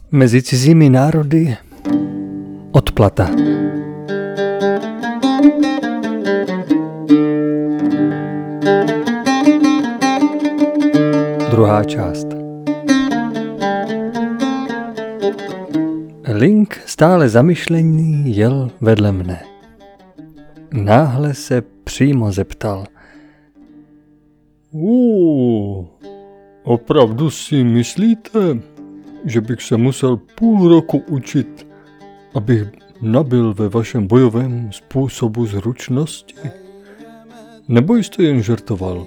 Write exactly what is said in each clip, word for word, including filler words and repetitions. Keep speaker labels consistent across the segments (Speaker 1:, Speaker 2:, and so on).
Speaker 1: Mezi cizími národy odplata. Druhá část. Link stále zamyšlený jel vedle mne. Náhle se přímo zeptal.
Speaker 2: Uuu, opravdu si myslíte, že bych se musel půl roku učit, abych nabyl ve vašem bojovém způsobu zručnosti? Nebo jste jen žertoval?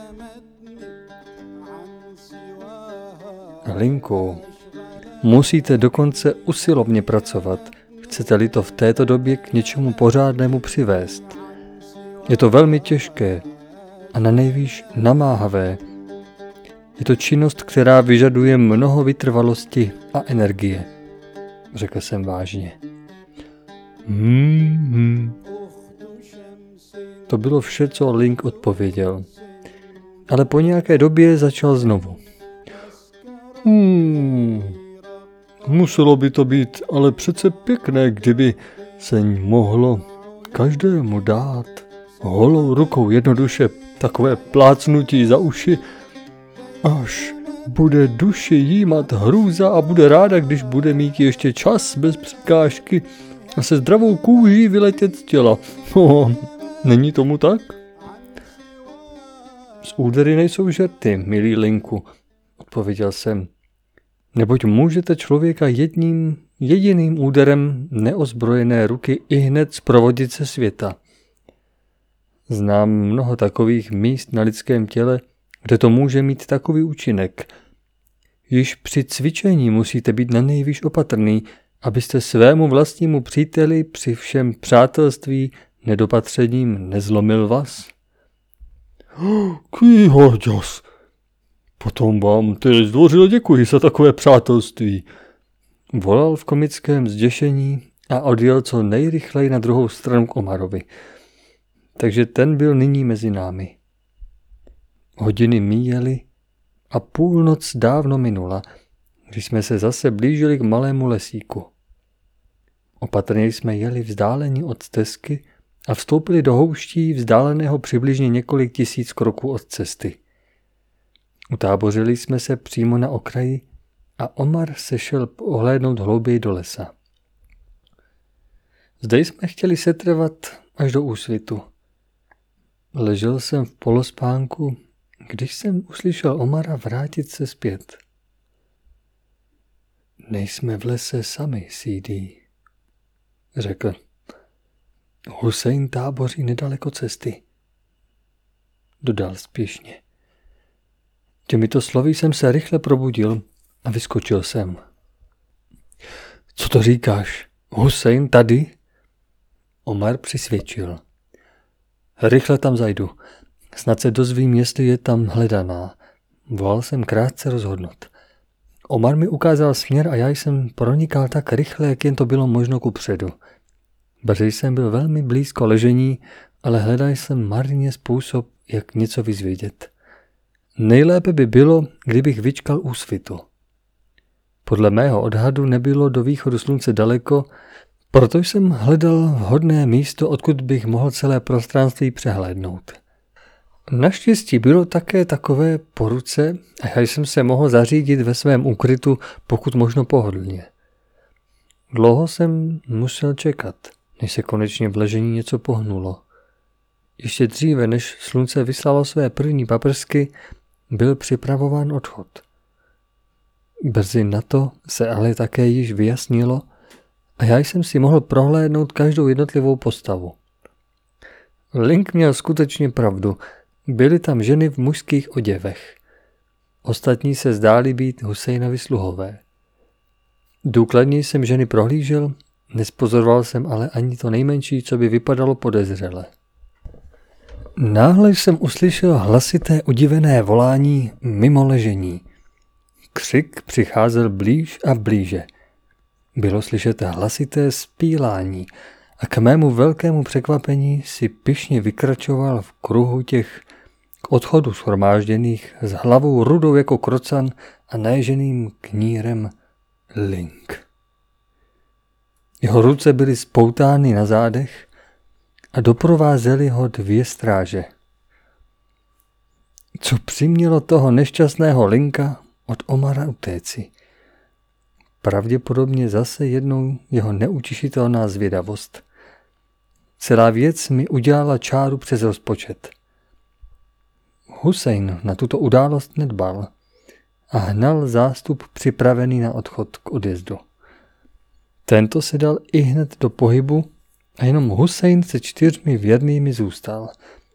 Speaker 1: Linku, musíte dokonce usilovně pracovat, chcete-li to v této době k něčemu pořádnému přivést. Je to velmi těžké a na nejvýš namáhavé. Je to činnost, která vyžaduje mnoho vytrvalosti a energie, řekl jsem vážně.
Speaker 2: Hmm, hmm.
Speaker 1: To bylo vše, co Link odpověděl. Ale po nějaké době začal znovu.
Speaker 2: Hmm. Muselo by to být ale přece pěkné, kdyby se mohlo každému dát holou rukou jednoduše takové plácnutí za uši, až bude duši jímat hrůza a bude ráda, když bude mít ještě čas bez překážky a se zdravou kůží vyletět z těla. Oh, není tomu tak?
Speaker 1: Z údery nejsou žerty, milý Linku, odpověděl jsem. Neboť můžete člověka jedním, jediným úderem neozbrojené ruky ihned zprovodit se světa. Znám mnoho takových míst na lidském těle, kde to může mít takový účinek. Již při cvičení musíte být nanejvýš opatrný, abyste svému vlastnímu příteli při všem přátelství nedopatřením nezlomil vás.
Speaker 2: Kýhoďas, potom vám tedy zdvořile děkuji za takové přátelství.
Speaker 1: Volal v komickém zděšení a odjel co nejrychleji na druhou stranu k Omarovi. Takže ten byl nyní mezi námi. Hodiny míjely a půlnoc dávno minula, když jsme se zase blížili k malému lesíku. Opatrně jsme jeli vzdálení od stezky a vstoupili do houští vzdáleného přibližně několik tisíc kroků od cesty. Utábořili jsme se přímo na okraji a Omar se šel ohlédnout hlouběji do lesa. Zde jsme chtěli setrvat až do úsvitu. Ležel jsem v polospánku, když jsem uslyšel Omara vrátit se zpět. Nejsme v lese sami, C D, řekl. Husejn táboří nedaleko cesty, dodal spěšně. Těmito slovy jsem se rychle probudil a vyskočil jsem. Co to říkáš? Husejn tady? Omar přisvědčil. Rychle tam zajdu. Snad se dozvím, jestli je tam hledaná. Volal jsem krátce rozhodnout. Omar mi ukázal směr a já jsem pronikal tak rychle, jak jen to bylo možno kupředu. Brzy jsem byl velmi blízko ležení, ale hledal jsem marně způsob, jak něco vyzvědět. Nejlépe by bylo, kdybych vyčkal úsvitu. Podle mého odhadu nebylo do východu slunce daleko, proto jsem hledal vhodné místo, odkud bych mohl celé prostranství přehlédnout. Naštěstí bylo také takové po ruce a já jsem se mohl zařídit ve svém úkrytu pokud možno pohodlně. Dlouho jsem musel čekat, než se konečně v ležení něco pohnulo. Ještě dříve, než slunce vyslalo své první paprsky, byl připravován odchod. Brzy na to se ale také již vyjasnilo a já jsem si mohl prohlédnout každou jednotlivou postavu. Link měl skutečně pravdu, byly tam ženy v mužských oděvech. Ostatní se zdály být Husejnovi sluhové. Důkladně jsem ženy prohlížel, nespozoroval jsem ale ani to nejmenší, co by vypadalo podezřele. Náhle jsem uslyšel hlasité udivené volání mimo ležení. Křik přicházel blíž a blíže. Bylo slyšet hlasité zpílání a k mému velkému překvapení si pyšně vykračoval v kruhu těch k odchodu shromážděných s hlavou rudou jako krocan a naježeným knírem Link. Jeho ruce byly spoutány na zádech a doprovázely ho dvě stráže. Co přimělo toho nešťastného Linka od Omara utéci? Pravděpodobně zase jednou jeho neutěšitelná zvědavost. Celá věc mi udělala čáru přes rozpočet. Husajn na tuto událost nedbal a hnal zástup připravený na odchod k odjezdu. Tento se dal i hned do pohybu a jenom Husajn se čtyřmi věrnými zůstal.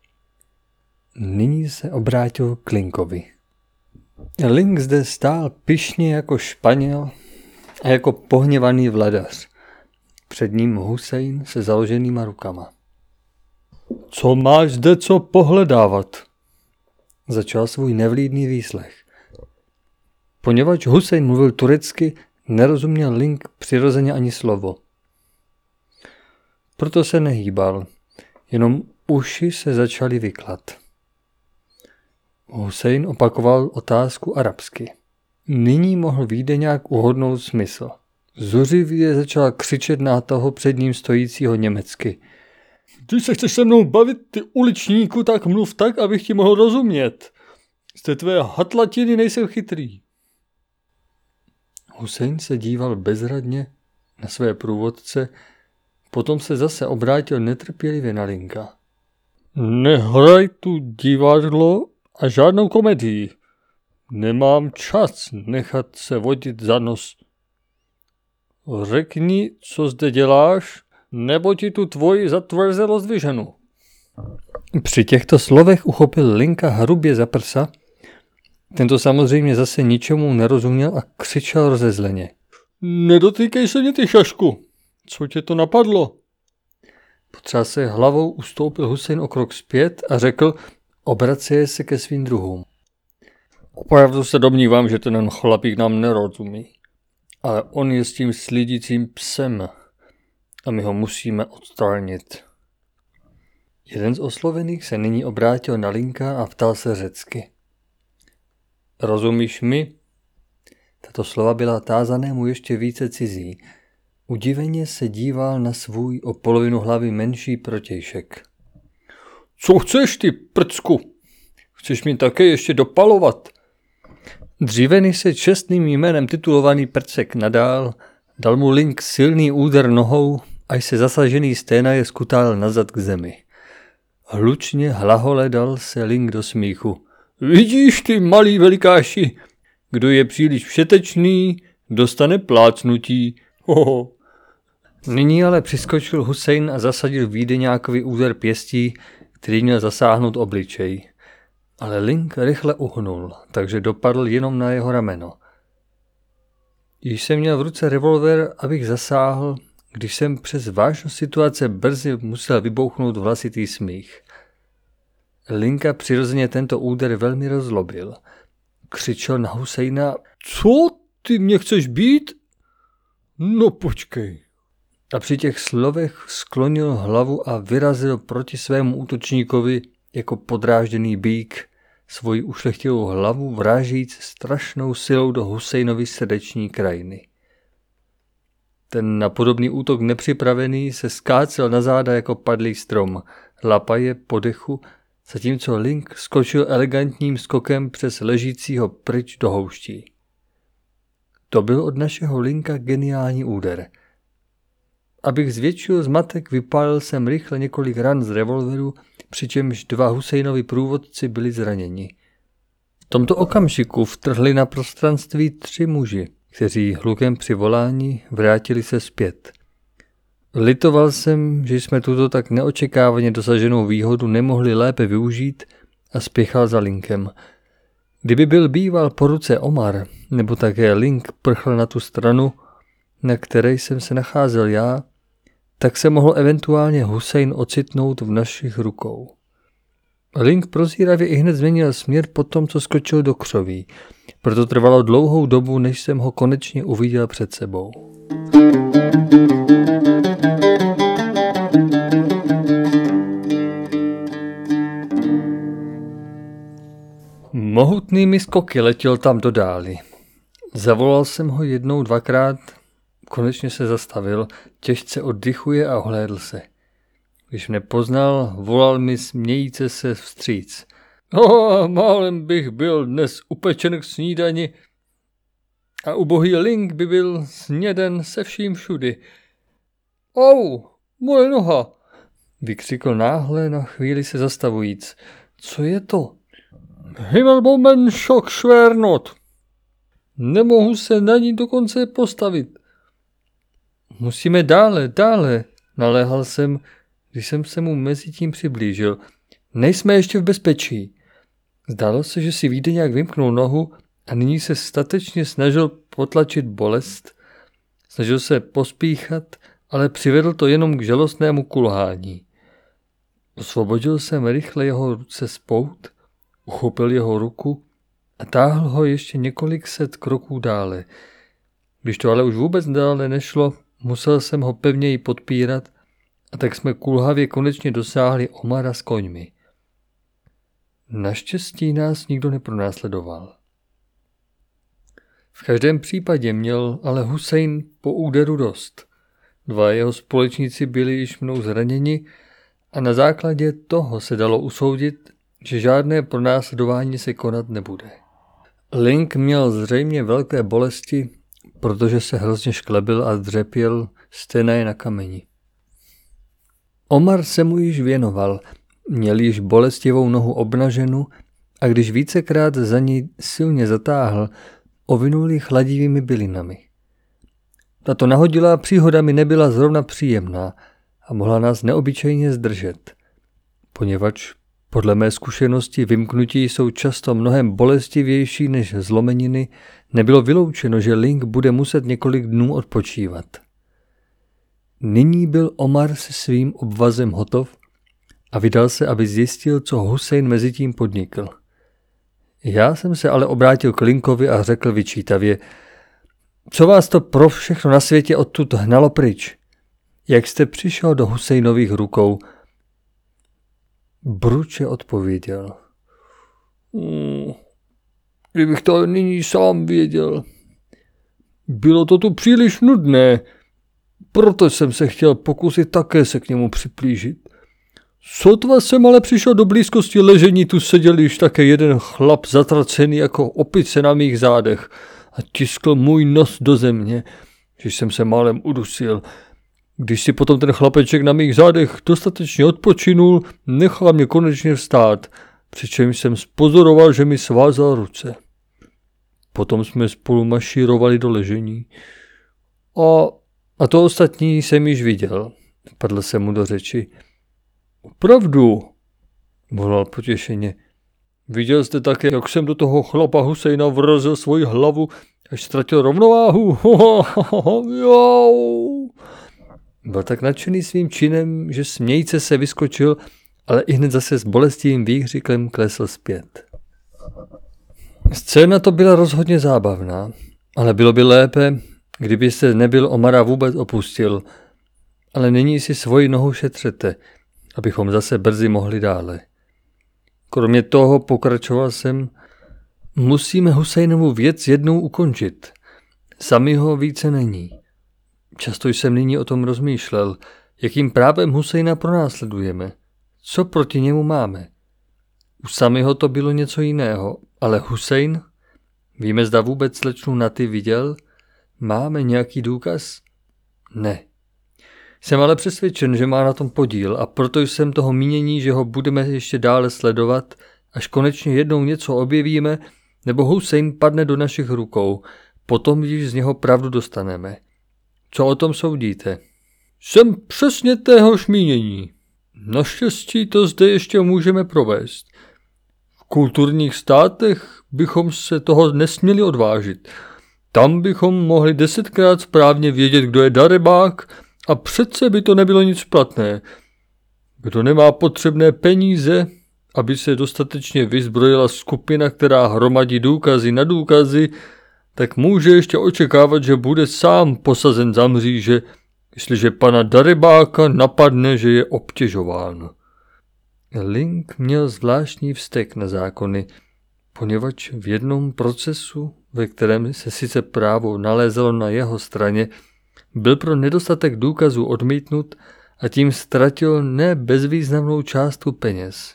Speaker 1: Nyní se obrátil k Linkovi. Link zde stál pyšně jako Španěl a jako pohněvaný vladař. Před ním Husajn se založenýma rukama.
Speaker 2: Co máš zde co pohledávat?
Speaker 1: Začal svůj nevlídný výslech. Poněvadž Husajn mluvil turecky, nerozuměl Link přirozeně ani slovo. Proto se nehýbal, jenom uši se začaly vyklat. Husajn opakoval otázku arabsky. Nyní mohl Vídeňák uhodnout smysl. Zuřivě začal křičet na toho před ním stojícího německy.
Speaker 2: Když se chceš se mnou bavit, ty uličníku, tak mluv tak, abych ti mohl rozumět. Z té tvé hatlatiny nejsem chytrý.
Speaker 1: Husajn se díval bezradně na své průvodce, potom se zase obrátil netrpělivě na Linka.
Speaker 2: Nehraj tu divadlo a žádnou komedii. Nemám čas nechat se vodit za nos. Řekni, co zde děláš, nebo ti tu tvoji zatvrzelost vyženu.
Speaker 1: Při těchto slovech uchopil Linka hrubě za prsa. Tento samozřejmě zase ničemu nerozuměl a křičel rozezleně.
Speaker 2: Nedotýkej se mě, ty šašku. Co tě to napadlo?
Speaker 1: Potřásek hlavou ustoupil Husajn o krok zpět a řekl, obraceje se ke svým druhům.
Speaker 2: Opravdu se domnívám, že ten chlapík nám nerozumí. Ale on je s tím slídícím psem a my ho musíme odstranit.
Speaker 1: Jeden z oslovených se nyní obrátil na Linka a ptal se řecky. Rozumíš mi? Tato slova byla tázanému ještě více cizí. Udiveně se díval na svůj o polovinu hlavy menší protějšek.
Speaker 2: Co chceš ty, prcku? Chceš mi také ještě dopalovat?
Speaker 1: Dříve než se čestným jménem titulovaný prcek nadál, dal mu Link silný úder nohou, až se zasažený sténa je skutal nazad k zemi. Hlučně hlahole dal se Link do smíchu.
Speaker 2: Vidíš ty malý velikáši, kdo je příliš všetečný, dostane plácnutí. Hoho.
Speaker 1: Nyní ale přiskočil Husajn a zasadil Vídeňákovi úder pěstí, který měl zasáhnout obličej. Ale Link rychle uhnul, takže dopadl jenom na jeho rameno. Již jsem měl v ruce revolver, abych zasáhl, když jsem přes vážnost situace brzy musel vybouchnout hlasitý smích. Linka přirozeně tento úder velmi rozlobil. Křičel na Husajna.
Speaker 2: Co? Ty mě chceš být? No počkej.
Speaker 1: A při těch slovech sklonil hlavu a vyrazil proti svému útočníkovi jako podrážděný býk svoji ušlechtilou hlavu vrážíc strašnou silou do Husajnovy srdeční krajiny. Ten na podobný útok nepřipravený se skácel na záda jako padlý strom, lapaje po dechu, zatímco Link skočil elegantním skokem přes ležícího pryč do houští. To byl od našeho Linka geniální úder. Abych zvětšil zmatek, vypálil jsem rychle několik ran z revolveru, přičemž dva Husajnovi průvodci byli zraněni. V tomto okamžiku vtrhli na prostranství tři muži, kteří hlukem při volání vrátili se zpět. Litoval jsem, že jsme tuto tak neočekávaně dosaženou výhodu nemohli lépe využít a spěchal za Linkem. Kdyby byl býval po ruce Omar, nebo také Link prchl na tu stranu, na které jsem se nacházel já, tak se mohl eventuálně Husajn ocitnout v našich rukou. Link prozíravě ihned změnil směr po tom, co skočil do křoví, proto trvalo dlouhou dobu, než jsem ho konečně uviděl před sebou. Mohutnými skoky letěl tam do dály. Zavolal jsem ho jednou, dvakrát, konečně se zastavil, těžce oddychuje a ohlédl se. Když mne poznal, volal mi smějíce se vstříc. Oh, málem bych byl dnes upečen k snídani a ubohý Link by byl sněden se vším všudy. Au, moje noha, vykřikl náhle, na chvíli se zastavujíc. Co je to? Himmelbomen šok švérnot. Nemohu se na ní dokonce postavit. Musíme dále, dále, naléhal jsem, když jsem se mu mezi tím přiblížil. Nejsme ještě v bezpečí. Zdálo se, že si výjde nějak vymknul nohu a nyní se statečně snažil potlačit bolest. Snažil se pospíchat, ale přivedl to jenom k žalostnému kulhání. Osvobodil jsem rychle jeho ruce z pout, uchopil jeho ruku a táhl ho ještě několik set kroků dále. Když to ale už vůbec dále nešlo, musel jsem ho pevněji podpírat a tak jsme kulhavě konečně dosáhli Omara s koňmi. Naštěstí nás nikdo nepronásledoval. V každém případě měl ale Husajn po úderu dost. Dva jeho společníci byli již mnou zraněni a na základě toho se dalo usoudit, že žádné pronásledování se konat nebude. Link měl zřejmě velké bolesti, protože se hrozně šklebil a dřepěl stejné na kameni. Omar se mu již věnoval, měl již bolestivou nohu obnaženu a když vícekrát za ní silně zatáhl, ovinul ji chladivými bylinami. Tato nahodilá příhoda mi nebyla zrovna příjemná a mohla nás neobyčejně zdržet, poněvadž podle mé zkušenosti vymknutí jsou často mnohem bolestivější než zlomeniny, nebylo vyloučeno, že Link bude muset několik dnů odpočívat. Nyní byl Omar se svým obvazem hotov a vydal se, aby zjistil, co Husajn mezitím podnikl. Já jsem se ale obrátil k Linkovi a řekl vyčítavě, co vás to pro všechno na světě odtud hnalo pryč? Jak jste přišel do Husajnových rukou? Bruče odpověděl. Hmm, kdybych to nyní sám věděl. Bylo to tu příliš nudné, proto jsem se chtěl pokusit také se k němu připlížit. Sotva jsem ale přišel do blízkosti ležení, tu seděl již také jeden chlap zatracený jako opice na mých zádech a tiskl můj nos do země, že jsem se málem udusil. Když si potom ten chlapeček na mých zádech dostatečně odpočinul, nechal mě konečně vstát, přičemž jsem spozoroval, že mi svázal ruce. Potom jsme spolu mašírovali do ležení. A, a to ostatní jsem již viděl, padl jsem mu do řeči. Opravdu, volal potěšeně. Viděl jste také, jak jsem do toho chlapa Husajna vrazil svoji hlavu, až ztratil rovnováhu? Byl tak nadšený svým činem, že smějce se vyskočil, ale i hned zase s bolestivým výkřikem klesl zpět. Scéna to byla rozhodně zábavná, ale bylo by lépe, kdyby se nebyl Omara vůbec opustil, ale nyní si svoji nohu šetřete, abychom zase brzy mohli dále. Kromě toho pokračoval jsem, musíme Husajnovu věc jednou ukončit. Sami ho více není. Často jsem nyní o tom rozmýšlel, jakým právem Husajna pronásledujeme. Co proti němu máme? U samého to bylo něco jiného, ale Husajn? Víme, zda vůbec slečnu Naty viděl? Máme nějaký důkaz? Ne. Jsem ale přesvědčen, že má na tom podíl a proto jsem toho mínění, že ho budeme ještě dále sledovat, až konečně jednou něco objevíme, nebo Husajn padne do našich rukou, potom již z něho pravdu dostaneme. Co o tom soudíte? Jsem přesně téhož mínění. Naštěstí to zde ještě můžeme provést. V kulturních státech bychom se toho nesměli odvážit. Tam bychom mohli desetkrát správně vědět, kdo je darebák, a přece by to nebylo nic platné. Kdo nemá potřebné peníze, aby se dostatečně vyzbrojila skupina, která hromadí důkazy na důkazy, tak může ještě očekávat, že bude sám posazen za mříže, jestliže pana darebáka napadne, že je obtěžován. Link měl zvláštní vztek na zákony,
Speaker 2: poněvadž v jednom procesu, ve kterém se sice právo nalézalo na jeho straně, byl pro nedostatek důkazů odmítnut a tím ztratil ne bezvýznamnou částku peněz.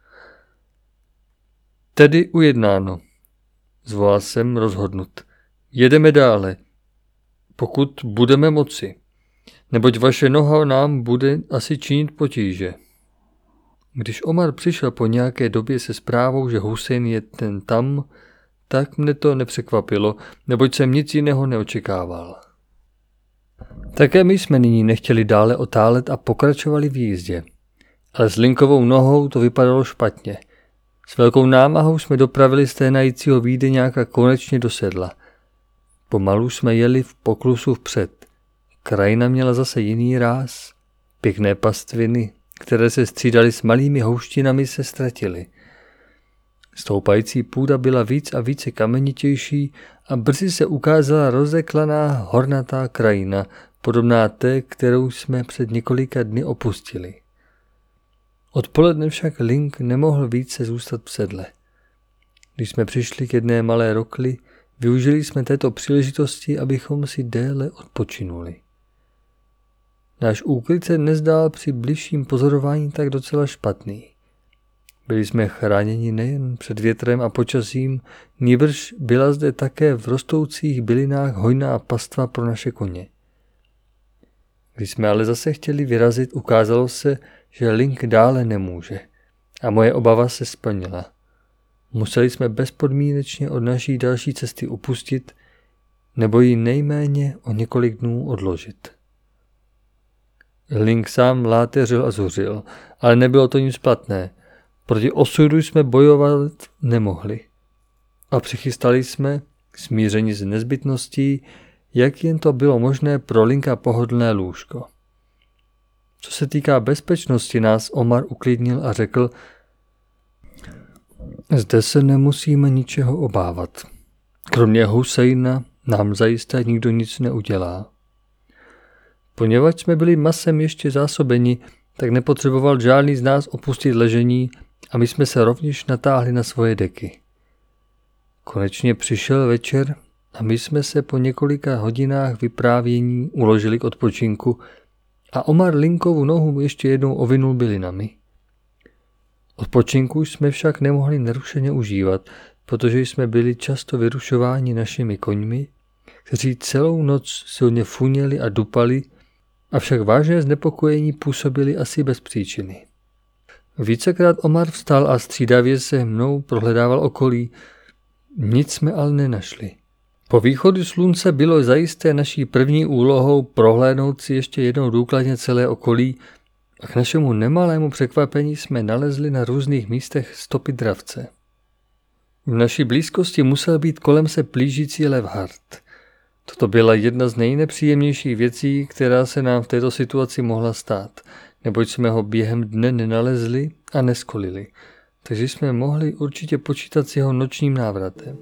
Speaker 2: Tedy ujednáno. Zvolal jsem rozhodnut. Jedeme dále, pokud budeme moci, neboť vaše noha nám bude asi činit potíže. Když Omar přišel po nějaké době se zprávou, že Husejn je ten tam, tak mne to nepřekvapilo, neboť jsem nic jiného neočekával. Také my jsme nyní nechtěli dále otálet a pokračovali v jízdě. Ale s Linkovou nohou to vypadalo špatně. S velkou námahou jsme dopravili sténajícího Vídeňáka konečně do sedla. Pomalu jsme jeli v poklusu vpřed. Krajina měla zase jiný ráz. Pěkné pastviny, které se střídaly s malými houštinami, se ztratily. Stoupající půda byla víc a více kamenitější a brzy se ukázala rozeklaná hornatá krajina, podobná té, kterou jsme před několika dny opustili. Odpoledne však Link nemohl více zůstat v sedle. Když jsme přišli k jedné malé rokli, využili jsme této příležitosti, abychom si déle odpočinuli. Náš úkryt se nezdál při bližším pozorování tak docela špatný. Byli jsme chráněni nejen před větrem a počasím, nýbrž byla zde také v rostoucích bylinách hojná pastva pro naše koně. Když jsme ale zase chtěli vyrazit, ukázalo se, že Link dále nemůže a moje obava se splnila. Museli jsme bezpodmínečně od naší další cesty upustit nebo ji nejméně o několik dnů odložit. Link sám láteřil a zuřil, ale nebylo to nic platné. Proti osudu jsme bojovat nemohli. A přichystali jsme, smířeni s nezbytností, jak jen to bylo možné pro Linka pohodlné lůžko. Co se týká bezpečnosti, nás Omar uklidnil a řekl: zde se nemusíme ničeho obávat. Kromě Husejna nám zajisté nikdo nic neudělá. Poněvadž jsme byli masem ještě zásobeni, tak nepotřeboval žádný z nás opustit ležení a my jsme se rovněž natáhli na svoje deky. Konečně přišel večer a my jsme se po několika hodinách vyprávění uložili k odpočinku a Omar Linkovu nohu ještě jednou ovinul bylinami. Odpočinku jsme však nemohli nerušeně užívat, protože jsme byli často vyrušováni našimi koňmi, kteří celou noc silně funěli a dupali, avšak vážné znepokojení působili asi bez příčiny. Vícekrát Omar vstal a střídavě se mnou prohledával okolí, nic jsme ale nenašli. Po východu slunce bylo zajisté naší první úlohou prohlédnout si ještě jednou důkladně celé okolí a k našemu nemalému překvapení jsme nalezli na různých místech stopy dravce. V naší blízkosti musel být kolem se plížící levhart. Toto byla jedna z nejnepříjemnějších věcí, která se nám v této situaci mohla stát, neboť jsme ho během dne nenalezli a neskolili, takže jsme mohli určitě počítat s jeho nočním návratem.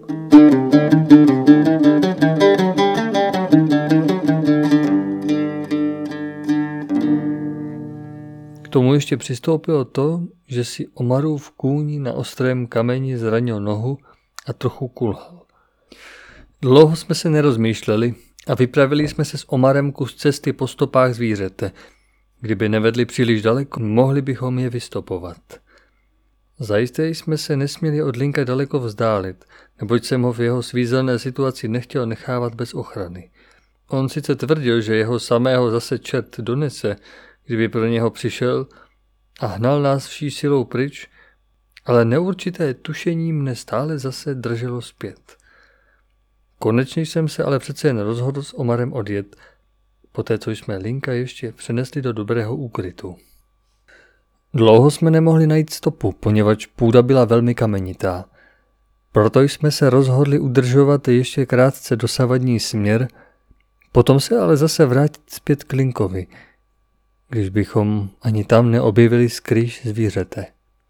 Speaker 2: K tomu ještě přistoupilo to, že si Omarův kůň na ostrém kameni zranil nohu a trochu kulhal. Dlouho jsme se nerozmýšleli a vypravili jsme se s Omarem kus cesty po stopách zvířete. Kdyby nevedli příliš daleko, mohli bychom je vystopovat. Zajisté jsme se nesměli od Linka daleko vzdálit, neboť jsem ho v jeho svízelné situaci nechtěl nechávat bez ochrany. On sice tvrdil, že jeho samého zase čert donese, kdyby pro něho přišel, a hnal nás vší silou pryč, ale neurčité tušení mne stále zase drželo zpět. Konečně jsem se ale přece jen rozhodl s Omarem odjet, poté co jsme Linka ještě přenesli do dobrého úkrytu. Dlouho jsme nemohli najít stopu, poněvadž půda byla velmi kamenitá. Proto jsme se rozhodli udržovat ještě krátce dosavadní směr, potom se ale zase vrátit zpět k Linkovi, když bychom ani tam neobjevili skrýš zvířete.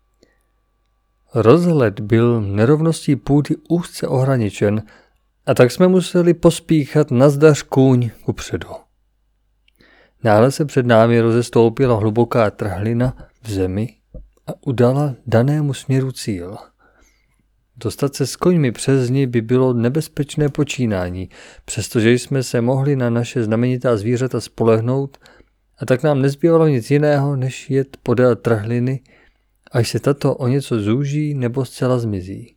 Speaker 2: Rozhled byl nerovností půdy úzce ohraničen a tak jsme museli pospíchat nazdař kůň kupředu. Náhle se před námi rozestoupila hluboká trhlina v zemi a udala danému směru cíl.
Speaker 1: Dostat se s koňmi přes ní by bylo nebezpečné počínání, přestože jsme se mohli na naše znamenitá zvířata spolehnout, a tak nám nezbývalo nic jiného, než jet podél trhliny, až se tato o něco zúží nebo zcela zmizí.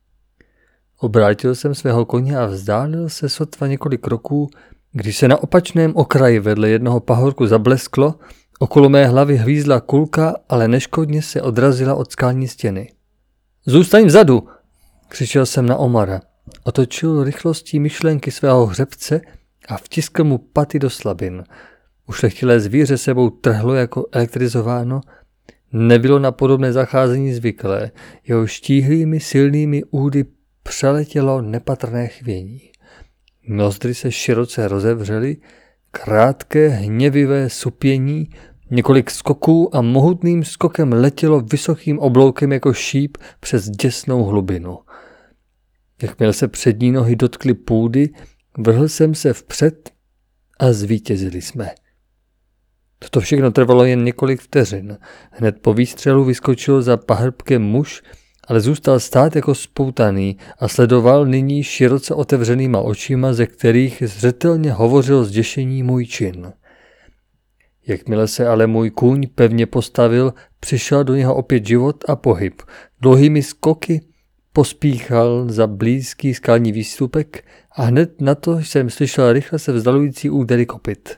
Speaker 1: Obrátil jsem svého koně a vzdálil se sotva několik kroků, když se na opačném okraji vedle jednoho pahorku zablesklo, okolo mé hlavy hvízla kulka, ale neškodně se odrazila od skalní stěny. Zůstaň vzadu, křičel jsem na Omara. Otočil rychlostí myšlenky svého hřebce a vtiskl mu paty do slabin. Ušlechtilé zvíře sebou trhlo jako elektrizováno, nebylo na podobné zacházení zvyklé, jeho štíhlými silnými údy přeletělo nepatrné chvění. Nozdry se široce rozevřely, krátké hněvivé supění, několik skoků a mohutným skokem letělo vysokým obloukem jako šíp přes děsnou hlubinu. Jakmile se přední nohy dotkly půdy, vrhl jsem se vpřed a zvítězili jsme. Toto všechno trvalo jen několik vteřin. Hned po výstřelu vyskočil za pahrbkem muž, ale zůstal stát jako spoutaný a sledoval nyní široce otevřenýma očima, ze kterých zřetelně hovořil zděšení můj čin. Jakmile se ale můj kůň pevně postavil, přišel do něho opět život a pohyb. Dlouhými skoky pospíchal za blízký skalní výstupek a hned na to jsem slyšel rychle se vzdalující údery kopyt.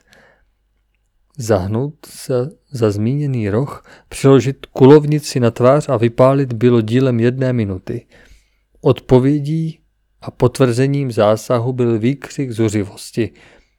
Speaker 1: Zahnout se za zmíněný roh, přiložit kulovnici na tvář a vypálit bylo dílem jedné minuty. Odpovědí a potvrzením zásahu byl výkřik zuřivosti.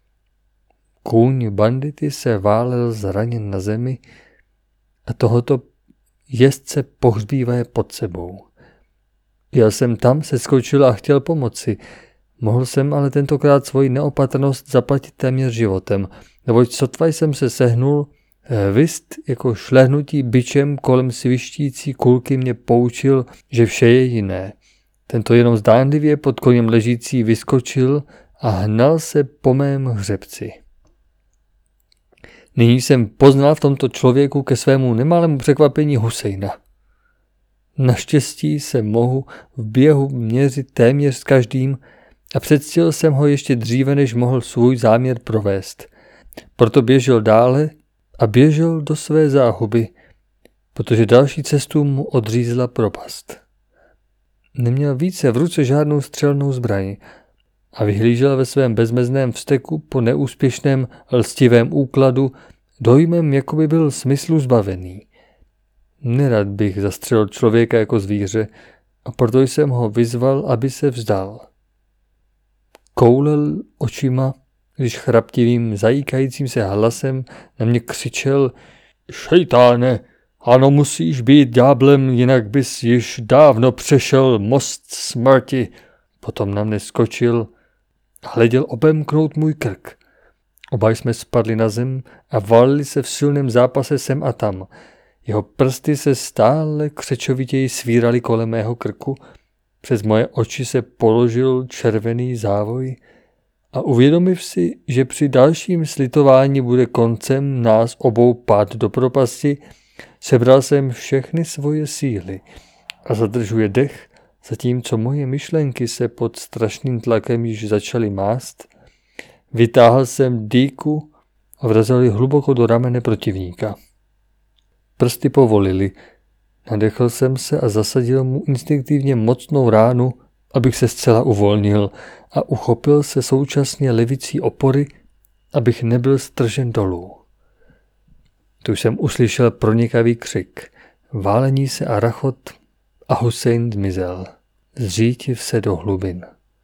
Speaker 1: Kůň bandity se válel zraněn na zemi a tohoto jezdce pohřbívaje pod sebou. Jel jsem tam, seskočil a chtěl pomoci. Mohl jsem ale tentokrát svoji neopatrnost zaplatit téměř životem, neboť sotva jsem se sehnul, vist jako šlehnutí bičem kolem svištící kulky mě poučil, že vše je jiné. Tento jenom zdánlivě pod koněm ležící vyskočil a hnal se po mém hřebci. Nyní jsem poznal v tomto člověku ke svému nemálému překvapení Husejna. Naštěstí se mohu v běhu měřit téměř s každým a předstihl jsem ho ještě dříve, než mohl svůj záměr provést. Proto běžel dále a běžel do své záhuby, protože další cestu mu odřízla propast. Neměl více v ruce žádnou střelnou zbraň a vyhlížel ve svém bezmezném vzteku po neúspěšném lstivém úkladu dojmem, jako by byl smyslu zbavený. Nerad bych zastřelil člověka jako zvíře a proto jsem ho vyzval, aby se vzdal. Koulel očima, když chraptivým, zajíkajícím se hlasem na mě křičel: Šejtáne, ano, musíš být ďáblem, jinak bys již dávno přešel most smrti. Potom na mne skočil a hleděl obemknout můj krk. Oba jsme spadli na zem a valili se v silném zápase sem a tam. Jeho prsty se stále křečovitěji svíraly kolem mého krku, přes moje oči se položil červený závoj a uvědomiv si, že při dalším slitování bude koncem nás obou pád do propasti, sebral jsem všechny svoje síly a zadržuje dech, zatímco moje myšlenky se pod strašným tlakem již začaly mást, vytáhl jsem dýku a vrazil ji hluboko do ramene protivníka. Prsty povolily, nadechl jsem se a zasadil mu instinktivně mocnou ránu, abych se zcela uvolnil a uchopil se současně levicí opory, abych nebyl stržen dolů. Tu jsem uslyšel pronikavý křik, válení se a rachot a Husejn zmizel, zřítiv se do hlubin.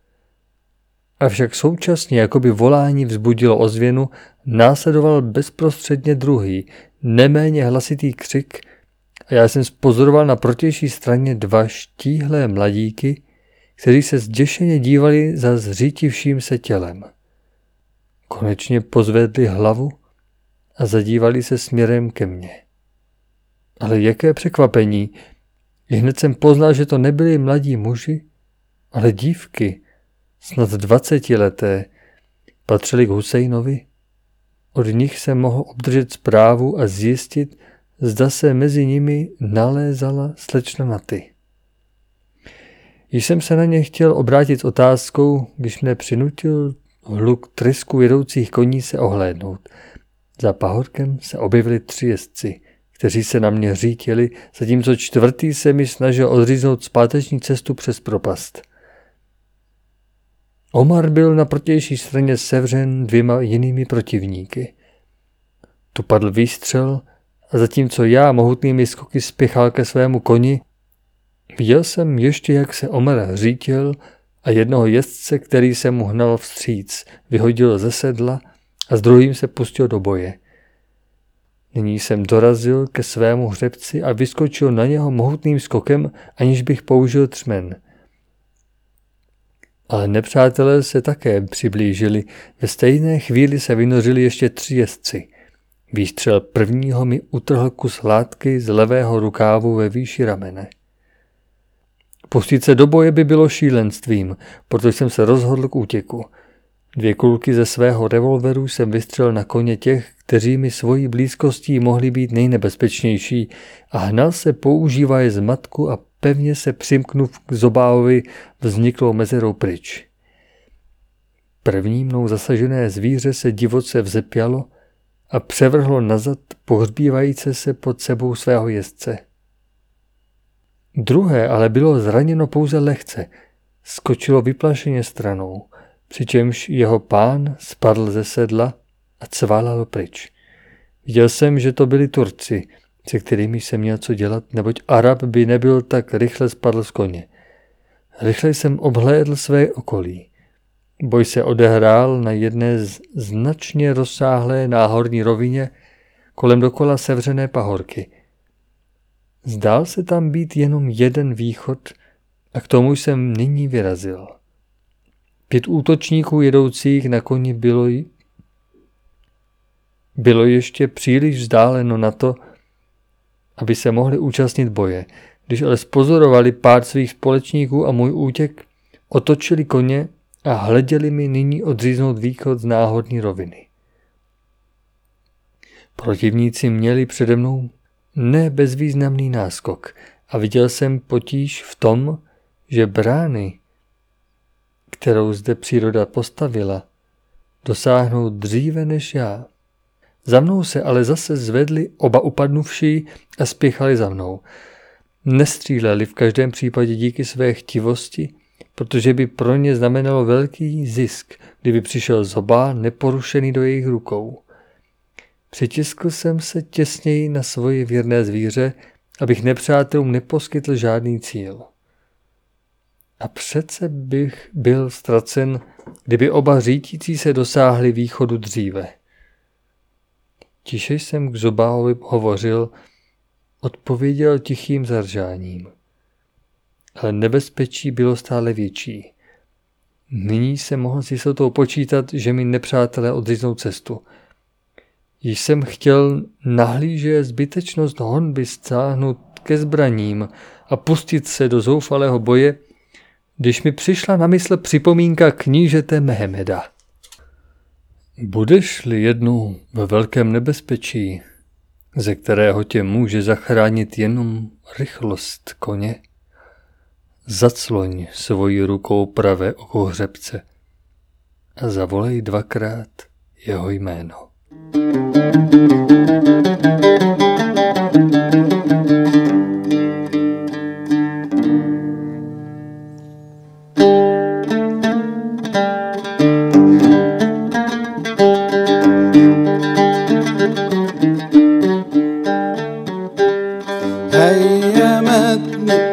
Speaker 1: Avšak současně, jakoby volání vzbudilo ozvěnu, následoval bezprostředně druhý, neméně hlasitý křik a já jsem spozoroval na protější straně dva štíhlé mladíky, kteří se zděšeně dívali za zřítivším se tělem. Konečně pozvedli hlavu a zadívali se směrem ke mně. Ale jaké překvapení! Ihned jsem poznal, že to nebyli mladí muži, ale dívky, snad dvacetileté, patřili k Husejnovi. Od nich jsem mohl obdržet zprávu a zjistit, zda se mezi nimi nalézala slečna Naty. Již jsem se na ně chtěl obrátit s otázkou, když mne přinutil hluk trysku jedoucích koní se ohlédnout. Za pahorkem se objevili tři jezdci, kteří se na mě řítili, zatímco čtvrtý se mi snažil odříznout zpáteční cestu přes propast. Omar byl na protější straně sevřen dvěma jinými protivníky. Tu padl výstřel a zatímco já mohutnými skoky spěchal ke svému koni, viděl jsem ještě, jak se Omar řítil a jednoho jezdce, který se mu hnal vstříc, vyhodil ze sedla a s druhým se pustil do boje. Nyní jsem dorazil ke svému hřebci a vyskočil na něho mohutným skokem, aniž bych použil třmen. Ale nepřátelé se také přiblížili. Ve stejné chvíli se vynořili ještě tři jezdci. Výstřel prvního mi utrhl kus látky z levého rukávu ve výši ramene. Pustit se do boje by bylo šílenstvím, protože jsem se rozhodl k útěku. Dvě kulky ze svého revolveru jsem vystřelil na koně těch, kteří mi svojí blízkostí mohli být nejnebezpečnější, a hnal se používaje zmatku a pevně se přimknuv k Zobáovi vzniklou mezerou pryč. První mnou zasažené zvíře se divoce vzepělo a převrhlo nazad, pohřbívajíce se pod sebou svého jezdce. Druhé ale bylo zraněno pouze lehce, skočilo vyplašeně stranou, přičemž jeho pán spadl ze sedla a cválal pryč. Viděl jsem, že to byli Turci, se kterými jsem měl co dělat, neboť Arab by nebyl tak rychle spadl z koně. Rychle jsem obhlédl své okolí. Boj se odehrál na jedné z značně rozsáhlé náhorní rovině kolem dokola sevřené pahorky. Zdál se tam být jenom jeden východ a k tomu jsem nyní vyrazil. Pět útočníků jedoucích na koni bylo, bylo ještě příliš vzdáleno na to, aby se mohli účastnit boje. Když ale spozorovali pár svých společníků a můj útěk, otočili koně a hleděli mi nyní odříznout východ z náhodní roviny. Protivníci měli přede mnou ne bezvýznamný náskok a viděl jsem potíž v tom, že brány, kterou zde příroda postavila, dosáhnou dříve než já. Za mnou se ale zase zvedli oba upadnuvší a spěchali za mnou. Nestříleli v každém případě díky své chtivosti, protože by pro ně znamenalo velký zisk, kdyby přišel Zobá neporušený do jejich rukou. Přitiskl jsem se těsněji na svoje věrné zvíře, abych nepřátelům neposkytl žádný cíl. A přece bych byl ztracen, kdyby oba řítící se dosáhli východu dříve. Tiše jsem k Zobáovi hovořil, odpověděl tichým zaržáním. Ale nebezpečí bylo stále větší. Nyní jsem mohl s jistotou počítat, že mi nepřátelé odříznou cestu. Již jsem chtěl nahlíže zbytečnost honby stáhnout ke zbraním a pustit se do zoufalého boje, když mi přišla na mysl připomínka knížete Mehmeda. Budeš-li jednou ve velkém nebezpečí, ze kterého tě může zachránit jenom rychlost koně, zacloň svojí rukou pravé oko hřebce a zavolej dvakrát jeho jméno.
Speaker 3: هيا متني